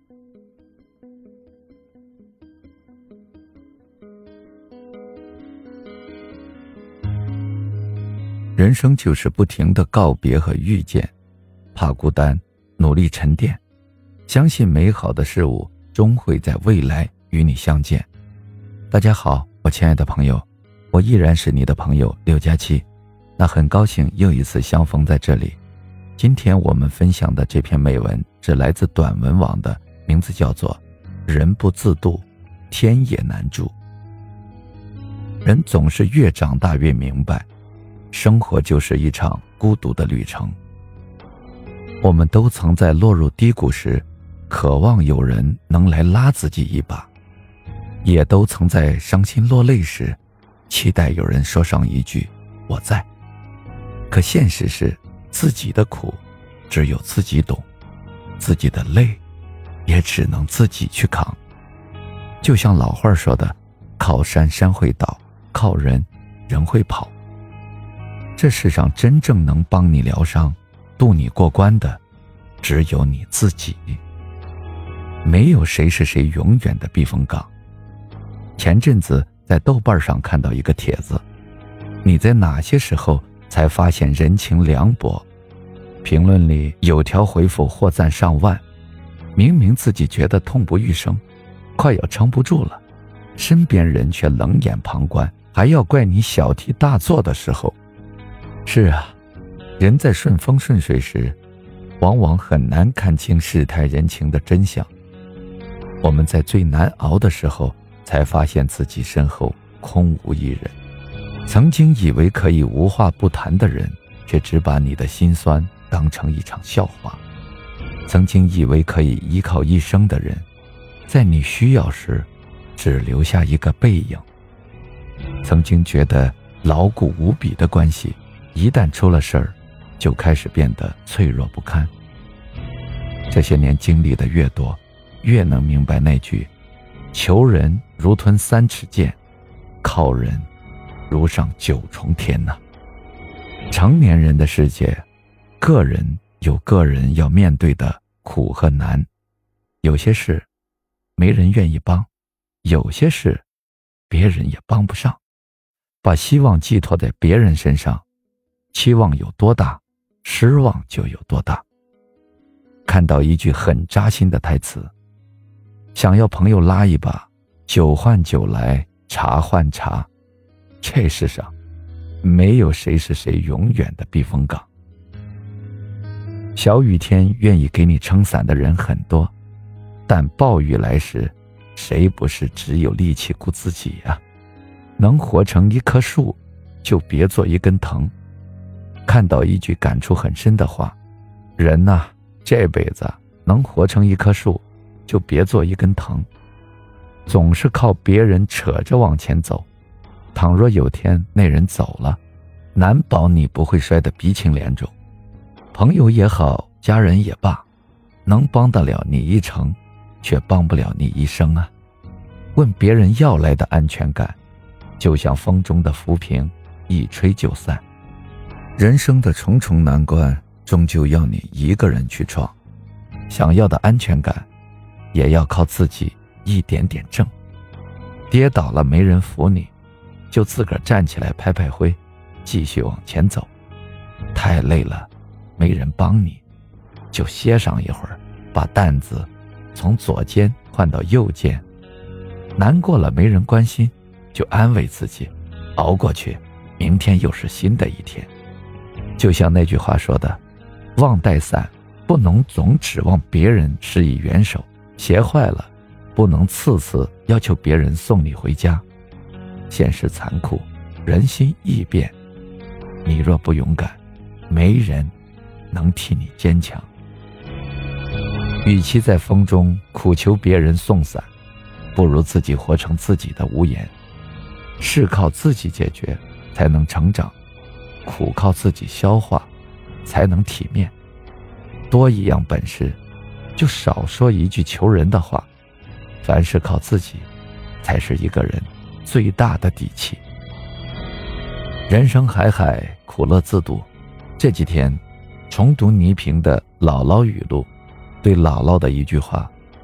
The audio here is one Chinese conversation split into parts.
人生就是不停的告别和遇见，怕孤单，努力沉淀，相信美好的事物终会在未来与你相见。大家好，我亲爱的朋友，我依然是你的朋友六加七。那很高兴又一次相逢在这里。今天我们分享的这篇美文是来自短文网的，名字叫做人不自度，天也难助。人总是越长大越明白，生活就是一场孤独的旅程。我们都曾在落入低谷时渴望有人能来拉自己一把，也都曾在伤心落泪时期待有人说上一句我在。可现实是，自己的苦只有自己懂，自己的累也只能自己去扛。就像老话说的，靠山山会倒，靠人人会跑。这世上真正能帮你疗伤，渡你过关的只有你自己。没有谁是谁永远的避风港。前阵子在豆瓣上看到一个帖子，你在哪些时候才发现人情凉薄？评论里有条回复获赞上万。明明自己觉得痛不欲生，快要撑不住了，身边人却冷眼旁观，还要怪你小题大做的时候。是啊，人在顺风顺水时，往往很难看清世态人情的真相。我们在最难熬的时候，才发现自己身后空无一人。曾经以为可以无话不谈的人，却只把你的心酸当成一场笑话。曾经以为可以依靠一生的人，在你需要时只留下一个背影。曾经觉得牢固无比的关系，一旦出了事儿，就开始变得脆弱不堪。这些年经历的越多，越能明白那句求人如吞3尺剑，靠人如上9重天呐。成年人的世界，个人有个人要面对的苦和难。有些事没人愿意帮，有些事别人也帮不上。把希望寄托在别人身上，期望有多大，失望就有多大。看到一句很扎心的台词，想要朋友拉一把，酒换酒来，茶换茶。这世上没有谁是谁永远的避风港。小雨天愿意给你撑伞的人很多，但暴雨来时，谁不是只有力气顾自己啊？能活成一棵树，就别做一根藤。看到一句感触很深的话，人呐，这辈子能活成一棵树，就别做一根藤。总是靠别人扯着往前走，倘若有天那人走了，难保你不会摔得鼻青脸肿。朋友也好，家人也罢，能帮得了你一程，却帮不了你一生啊。问别人要来的安全感，就像风中的浮萍，一吹就散。人生的重重难关，终究要你一个人去闯。想要的安全感，也要靠自己一点点挣。跌倒了没人扶你，就自个儿站起来拍拍灰，继续往前走。太累了没人帮你，就歇上一会儿，把担子从左肩换到右肩。难过了没人关心，就安慰自己，熬过去，明天又是新的一天。就像那句话说的，忘带伞不能总指望别人施以援手，鞋坏了不能次次要求别人送你回家。现实残酷，人心易变，你若不勇敢，没人能替你坚强。与其在风中苦求别人送伞，不如自己活成自己的屋檐。事靠自己解决才能成长，苦靠自己消化才能体面。多一样本事，就少说一句求人的话。凡事靠自己，才是一个人最大的底气。人生海海，苦乐自度。这几天重读倪萍的《姥姥语录》，对姥姥的一句话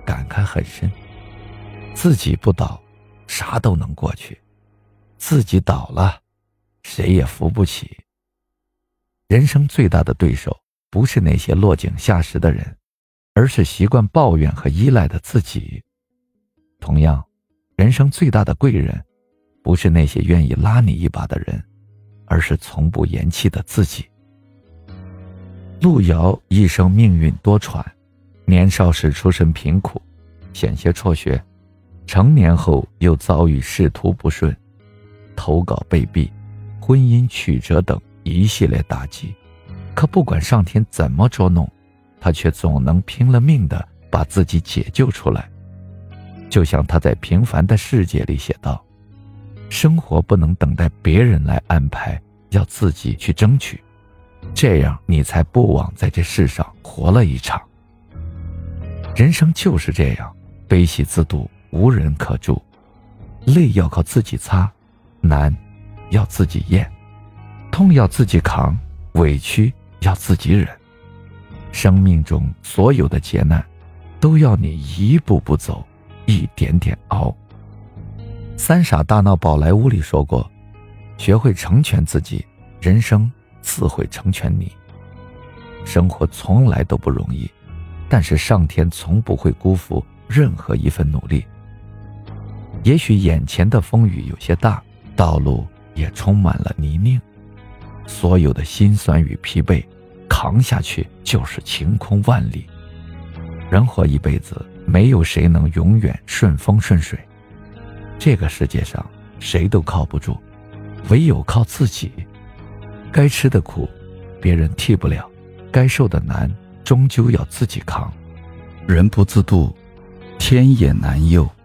感慨很深。自己不倒，啥都能过去；自己倒了，谁也扶不起。人生最大的对手，不是那些落井下石的人，而是习惯抱怨和依赖的自己。同样，人生最大的贵人，不是那些愿意拉你一把的人，而是从不言弃的自己。路遥一生命运多舛，年少时出身贫苦，险些辍学，成年后又遭遇仕途不顺，投稿被毙，婚姻曲折等一系列打击。可不管上天怎么捉弄，他却总能拼了命地把自己解救出来。就像他在《平凡的世界》里写道，生活不能等待别人来安排，要自己去争取，这样你才不枉在这世上活了一场。人生就是这样，悲喜自度，无人可助。泪要靠自己擦，难要自己咽，痛要自己扛，委屈要自己忍。生命中所有的劫难，都要你一步步走，一点点熬。三傻大闹宝莱坞里说过，学会成全自己，人生自会成全你。生活从来都不容易，但是上天从不会辜负任何一份努力。也许眼前的风雨有些大，道路也充满了泥泞，所有的辛酸与疲惫，扛下去就是晴空万里。人活一辈子，没有谁能永远顺风顺水，这个世界上谁都靠不住，唯有靠自己。该吃的苦别人替不了，该受的难终究要自己扛。人不自渡，天也难佑。